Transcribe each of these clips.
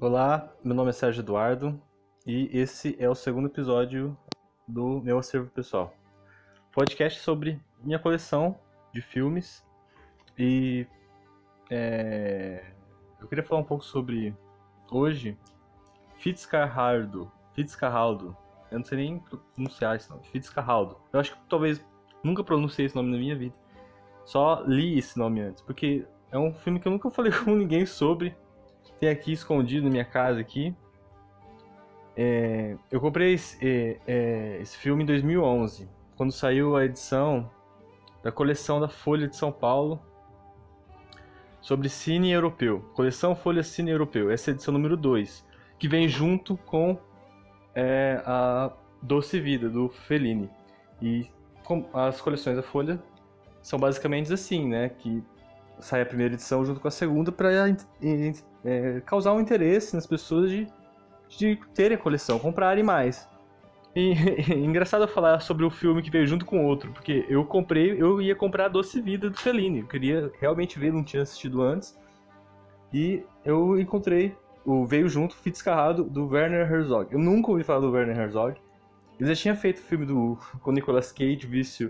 Olá, meu nome é Sérgio Eduardo e esse é o segundo episódio do meu acervo pessoal. Podcast sobre minha coleção de filmes e eu queria falar um pouco sobre hoje Fitzcarraldo. Eu não sei nem pronunciar esse nome, Fitzcarraldo. Eu acho que talvez nunca pronunciei esse nome na minha vida. Só li esse nome antes, porque é um filme que eu nunca falei com ninguém sobre. Tem aqui escondido na minha casa aqui. Eu comprei esse filme em 2011, quando saiu a edição da coleção da Folha de São Paulo sobre cine europeu. Coleção Folha Cine Europeu, essa é a edição número 2, que vem junto com a Doce Vida, do Fellini. E as coleções da Folha são basicamente assim, né? Que sai a primeira edição junto com a segunda para causar um interesse nas pessoas de terem a coleção, comprarem mais. E engraçado falar sobre o filme que veio junto com o outro, porque eu ia comprar a Doce Vida do Fellini, eu queria realmente ver, não tinha assistido antes, e eu encontrei veio junto Fitzcarraldo do Werner Herzog. Eu nunca ouvi falar do Werner Herzog. Ele já tinha feito o filme com Nicolas Cage,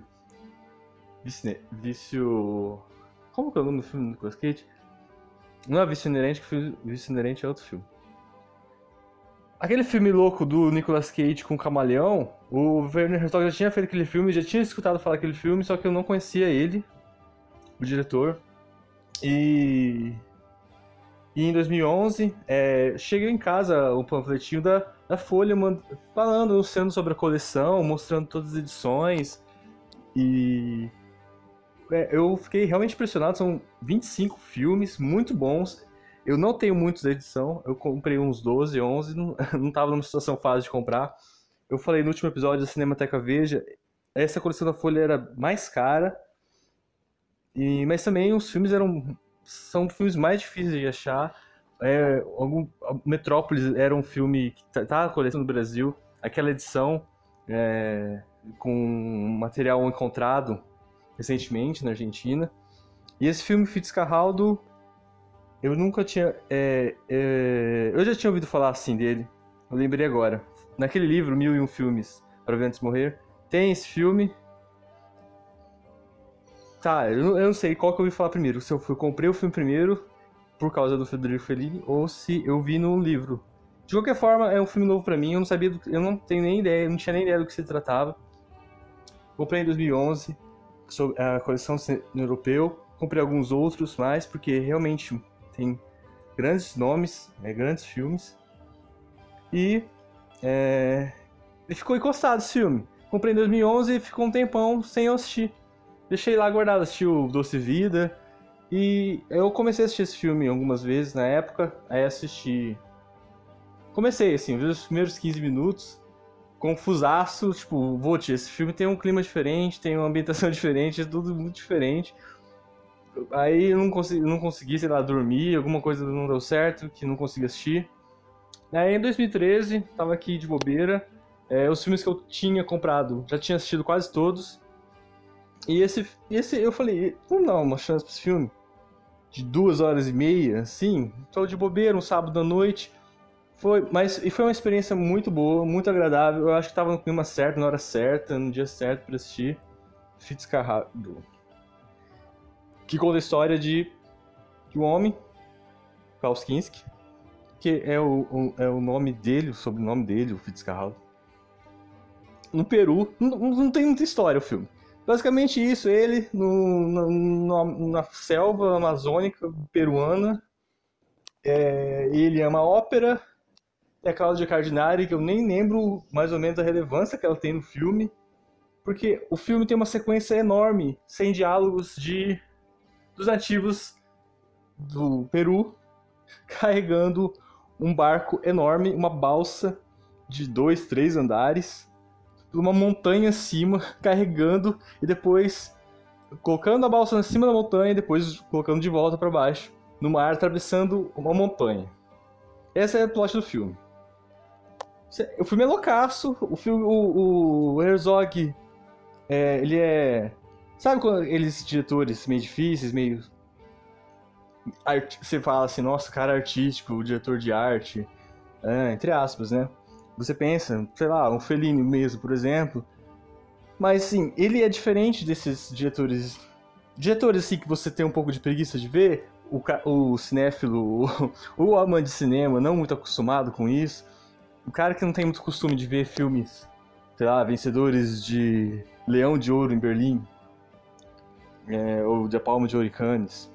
Vício. Como que é o nome do filme do Nicolas Cage? Não é Vício Inerente, que Vício Inerente é outro filme. Aquele filme louco do Nicolas Cage com o Camaleão, o Werner Herzog já tinha feito aquele filme, já tinha escutado falar daquele filme, só que eu não conhecia ele, o diretor. E em 2011, cheguei em casa o panfletinho da Folha falando, anunciando sobre a coleção, mostrando todas as edições. E eu fiquei realmente impressionado, são 25 filmes muito bons. Eu não tenho muitos da edição, eu comprei uns 12, 11, não tava numa situação fácil de comprar. Eu falei no último episódio da Cinemateca Veja, essa coleção da Folha era mais cara, mas também os filmes são filmes mais difíceis de achar. Metrópolis era um filme que tá na coleção no Brasil, aquela edição com material encontrado recentemente na Argentina. E esse filme Fitzcarraldo, eu nunca tinha. Eu já tinha ouvido falar assim dele. Eu lembrei agora. Naquele livro, 1001 Filmes para Ver Antes de Morrer, tem esse filme. Tá, eu não sei qual que eu ouvi falar primeiro. Se eu comprei o filme primeiro por causa do Federico Fellini ou se eu vi no livro. De qualquer forma, é um filme novo pra mim. Eu não sabia, eu não tenho nem ideia, não tinha nem ideia do que se tratava. Comprei em 2011 a coleção europeu. Comprei alguns outros mais porque realmente tem grandes nomes, grandes filmes. E ele ficou encostado esse filme. Comprei em 2011 e ficou um tempão sem eu assistir. Deixei lá guardado, assisti o Doce Vida. E eu comecei a assistir esse filme algumas vezes na época. Aí assisti. Comecei assim, vi os primeiros 15 minutos. Confusaço, tipo, esse filme tem um clima diferente, tem uma ambientação diferente, é tudo muito diferente. Aí eu não consegui, sei lá, dormir, alguma coisa não deu certo, que não consegui assistir. Aí em 2013, tava aqui de bobeira, os filmes que eu tinha comprado, já tinha assistido quase todos. E esse eu falei, vamos dar uma chance pra esse filme? De 2 horas e meia, assim, tô de bobeira, um sábado à noite. Foi uma experiência muito boa, muito agradável. Eu acho que tava no clima certo, na hora certa, no dia certo pra assistir. Fitzcarraldo, que conta a história de um homem, Klaus Kinski, que é o nome dele, o sobrenome dele, o Fitzcarraldo. No Peru, não tem muita história o filme. Basicamente isso, ele na selva amazônica peruana, ele ama ópera, tem a Cláudia Cardinale, que eu nem lembro mais ou menos a relevância que ela tem no filme, porque o filme tem uma sequência enorme, sem diálogos dos nativos do Peru, carregando um barco enorme, uma balsa de 2, 3 andares, uma montanha acima, carregando e depois colocando a balsa em cima da montanha e depois colocando de volta para baixo, no mar, atravessando uma montanha. Essa é a plot do filme. O filme é loucaço, o Herzog, ele é... Sabe quando aqueles diretores meio difíceis, meio Você fala assim, nossa, cara artístico, o diretor de arte, entre aspas, né? Você pensa, sei lá, um Fellini mesmo, por exemplo. Mas, assim, ele é diferente desses diretores. Diretores, assim, que você tem um pouco de preguiça de ver. O cinéfilo, o amante de cinema, não muito acostumado com isso. O cara que não tem muito costume de ver filmes, sei lá, vencedores de Leão de Ouro em Berlim. Ou de Palma de Ouro em Cannes.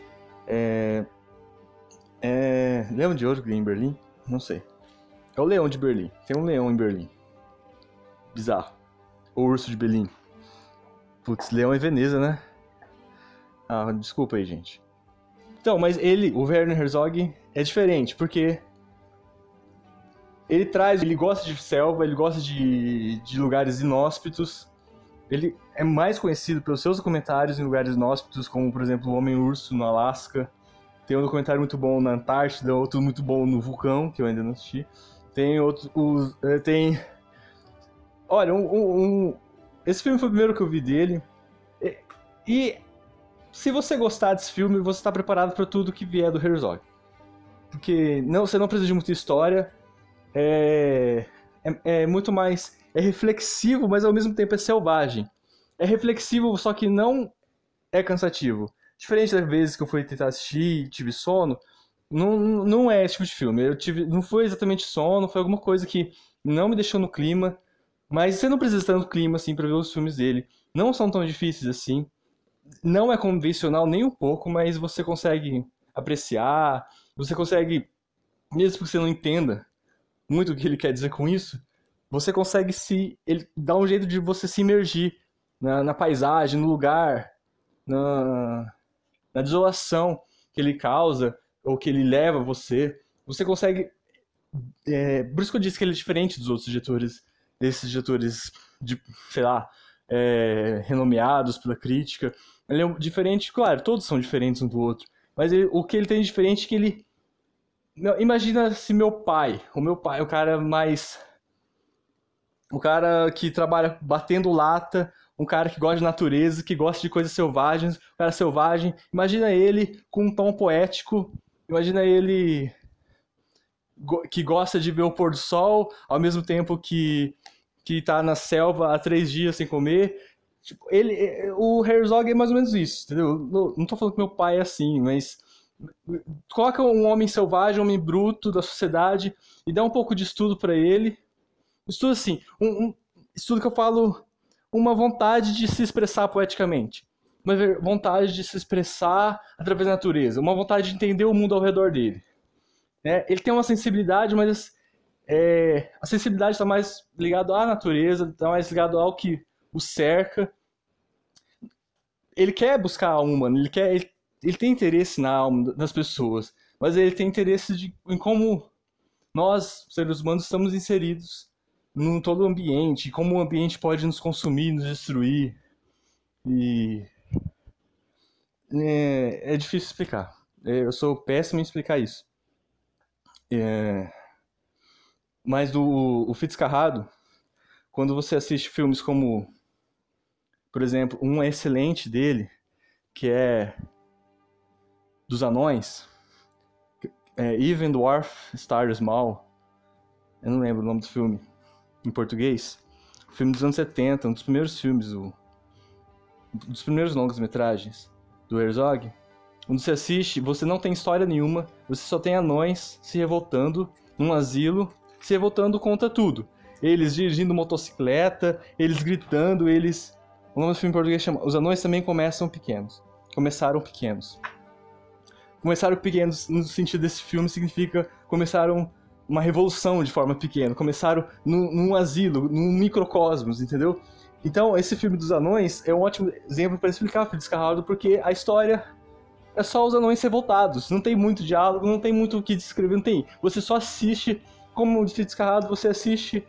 Leão de Ouro em Berlim? Não sei. É o Leão de Berlim. Tem um leão em Berlim. Bizarro. O Urso de Berlim. Putz, leão em Veneza, né? Ah, desculpa aí, gente. Então, mas o Werner Herzog, é diferente, porque ele gosta de selva, ele gosta de lugares inóspitos. Ele é mais conhecido pelos seus documentários em lugares inóspitos, como, por exemplo, O Homem-Urso no Alasca. Tem um documentário muito bom na Antártida, outro muito bom no Vulcão, que eu ainda não assisti. Tem outro... Olha, esse filme foi o primeiro que eu vi dele. E se você gostar desse filme, você está preparado para tudo que vier do Herzog. Porque você não precisa de muita história. É muito mais... É reflexivo, mas ao mesmo tempo é selvagem. É reflexivo, só que não é cansativo. Diferente das vezes que eu fui tentar assistir e tive sono, não é esse tipo de filme. Não foi exatamente sono, foi alguma coisa que não me deixou no clima. Mas você não precisa estar no clima assim para ver os filmes dele. Não são tão difíceis assim. Não é convencional nem um pouco, mas você consegue apreciar. Você consegue, mesmo que você não entenda muito o que ele quer dizer com isso, você consegue ele dá um jeito de você se imergir na paisagem, no lugar, na desolação que ele causa ou que ele leva você. Você consegue... por isso que eu disse que ele é diferente dos outros diretores, desses diretores, sei lá, renomeados pela crítica. Ele é diferente, claro, todos são diferentes um do outro, mas o que ele tem de diferente é que ele... Imagina se o meu pai, o cara mais... O cara que trabalha batendo lata, um cara que gosta de natureza, que gosta de coisas selvagens, um cara selvagem. Imagina ele com um tom poético, imagina ele que gosta de ver o pôr do sol, ao mesmo tempo que tá na selva há 3 dias sem comer. Tipo, o Herzog é mais ou menos isso, entendeu? Não tô falando que meu pai é assim, mas coloca um homem selvagem, um homem bruto da sociedade e dá um pouco de estudo pra ele. Estudo assim, estudo que eu falo, uma vontade de se expressar poeticamente, uma vontade de se expressar através da natureza, uma vontade de entender o mundo ao redor dele. Ele tem uma sensibilidade, mas a sensibilidade está mais ligada à natureza, está mais ligada ao que o cerca. Ele quer buscar a alma humana, ele tem interesse na alma das pessoas, mas ele tem interesse em como nós, seres humanos, estamos inseridos em todo o ambiente, como o ambiente pode nos consumir, nos destruir. E é difícil explicar. Eu sou péssimo em explicar isso. Mas o Fitzcarraldo, quando você assiste filmes como, por exemplo, um excelente dele, que é dos anões, Even Dwarf Star Small, eu não lembro o nome do filme em português, um filme dos anos 70, um dos primeiros filmes, dos primeiros longas-metragens do Herzog. Quando você assiste, você não tem história nenhuma, você só tem anões se revoltando num asilo, se revoltando contra tudo. Eles dirigindo motocicleta, eles gritando, O nome do filme em português chama Os Anões Também Começaram Pequenos. Começaram pequenos no sentido desse filme significa começaram uma revolução de forma pequena, começaram num asilo, num microcosmos, entendeu? Então, esse filme dos anões é um ótimo exemplo para explicar o Fitzcarraldo, porque a história é só os anões revoltados, não tem muito diálogo, não tem muito o que descrever, não tem. Você só assiste, como o Fitzcarraldo, você assiste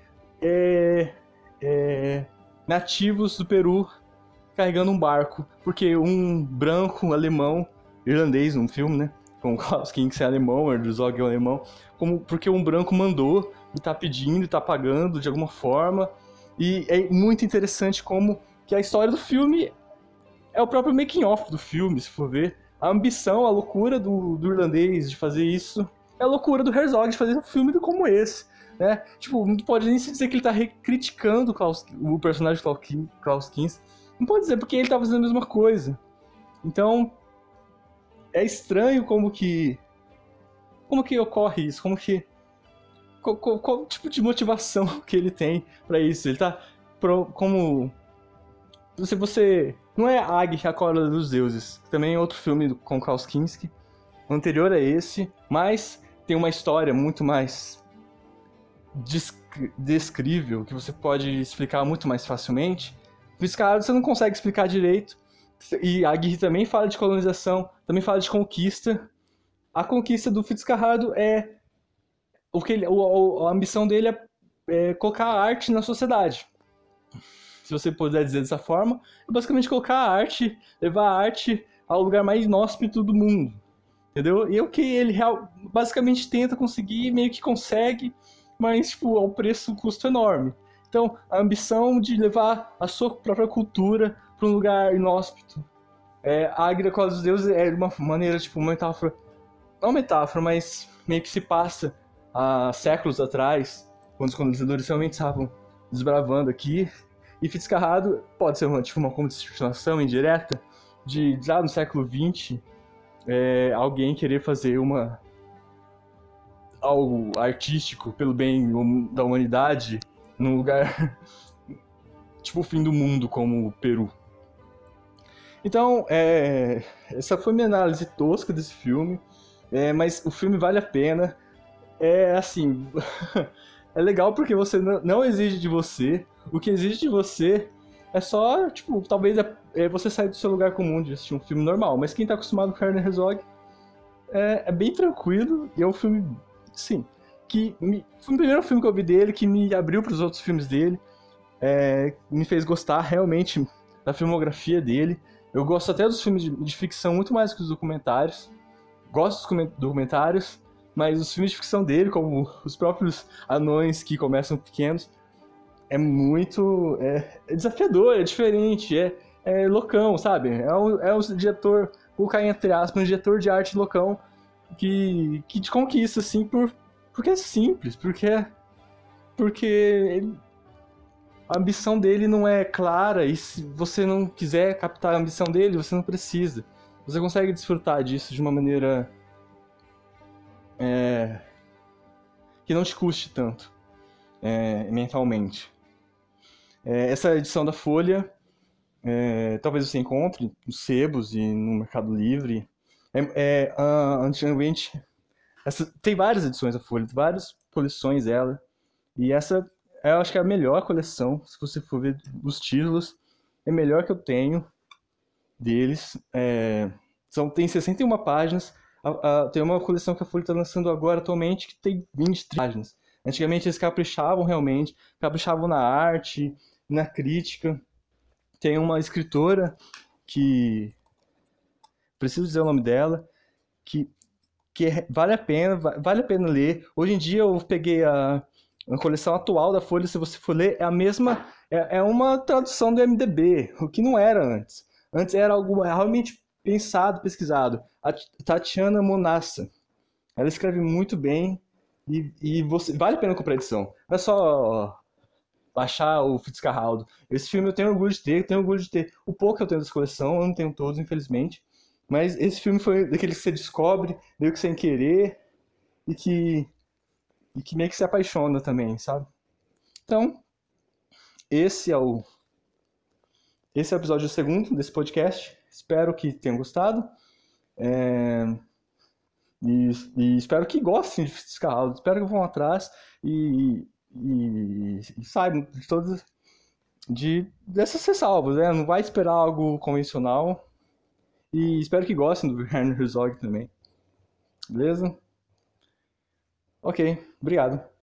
nativos do Peru carregando um barco, porque um branco, um alemão, irlandês no filme, né? Com o Klaus Kinski é alemão, o Herzog é alemão, porque um branco mandou e tá pedindo e tá pagando de alguma forma. E é muito interessante como que a história do filme é o próprio making-off do filme, se for ver. a ambição, a loucura do irlandês de fazer isso, é a loucura do Herzog de fazer um filme como esse, né? Tipo, não pode nem se dizer que ele tá criticando o personagem Klaus Kinski. Não pode dizer, porque ele tá fazendo a mesma coisa. Então, é estranho como que ocorre isso, qual tipo de motivação que ele tem pra isso. Ele tá como... Se você... Não é Ag, a Cólera dos Deuses, também é outro filme com Klaus Kinski, o anterior a esse, mas tem uma história muito mais descrível, que você pode explicar muito mais facilmente. Fitzcarraldo você não consegue explicar direito, e Aguirre também fala de colonização, também fala de conquista. A conquista do Fitzcarraldo é... a ambição dele é colocar a arte na sociedade. Se você puder dizer dessa forma, é basicamente colocar a arte, levar a arte ao lugar mais inóspito do mundo. Entendeu? E é o que ele basicamente tenta conseguir, meio que consegue, mas tipo, ao custo enorme. Então, a ambição de levar a sua própria cultura para um lugar inóspito. A Águia Cólera dos Deuses é de uma maneira, tipo, uma metáfora. Não metáfora, mas meio que se passa há séculos atrás, quando os colonizadores realmente estavam desbravando aqui. E Fitzcarraldo pode ser uma continuação indireta de lá no século XX, alguém querer fazer algo artístico pelo bem da humanidade num lugar tipo o fim do mundo, como o Peru. Então, essa foi minha análise tosca desse filme, mas o filme vale a pena. Assim, é legal porque você não exige de você. O que exige de você é só, tipo, talvez você sair do seu lugar comum de assistir um filme normal. Mas quem tá acostumado com o Werner Herzog é bem tranquilo. E é um filme, sim, foi o primeiro filme que eu vi dele, que me abriu pros outros filmes dele. Me fez gostar realmente da filmografia dele. Eu gosto até dos filmes de ficção muito mais que dos documentários. Gosto dos documentários, mas os filmes de ficção dele, como os próprios anões que começam pequenos, é muito desafiador, é diferente, é loucão, sabe? É um diretor, vou colocar entre aspas, um diretor de arte loucão que te conquista, assim, porque é simples, porque a ambição dele não é clara, e se você não quiser captar a ambição dele, você não precisa. Você consegue desfrutar disso de uma maneira que não te custe tanto mentalmente. Essa edição da Folha, talvez você encontre nos sebos e no Mercado Livre. Antigamente, tem várias edições da Folha, várias coleções dela, e essa eu acho que é a melhor coleção. Se você for ver os títulos, é a melhor que eu tenho deles. Tem 61 páginas. Tem uma coleção que a Folha está lançando agora, atualmente, que tem 20 páginas. Antigamente eles caprichavam realmente, caprichavam na arte, na crítica. Tem uma escritora que... preciso dizer o nome dela, que vale a pena ler. Hoje em dia eu peguei a coleção atual da Folha, se você for ler, é a mesma, é uma tradução do MDB, o que não era antes. Antes era algo realmente pensado, pesquisado. A Tatiana Monassa, ela escreve muito bem e vale a pena comprar a edição. Não é só baixar o Fitzcarraldo. Esse filme eu tenho orgulho de ter, o pouco que eu tenho dessa coleção, eu não tenho todos, infelizmente. Mas esse filme foi daquele que você descobre, meio que sem querer, e que meio que se apaixona também, sabe? Então, esse é o episódio segundo desse podcast. Espero que tenham gostado. E espero que gostem de Fitzcarraldo. Espero que vão atrás e saibam de todas dessas ressalvas, né? Não vai esperar algo convencional. E espero que gostem do Werner Herzog também. Beleza? Ok, obrigado.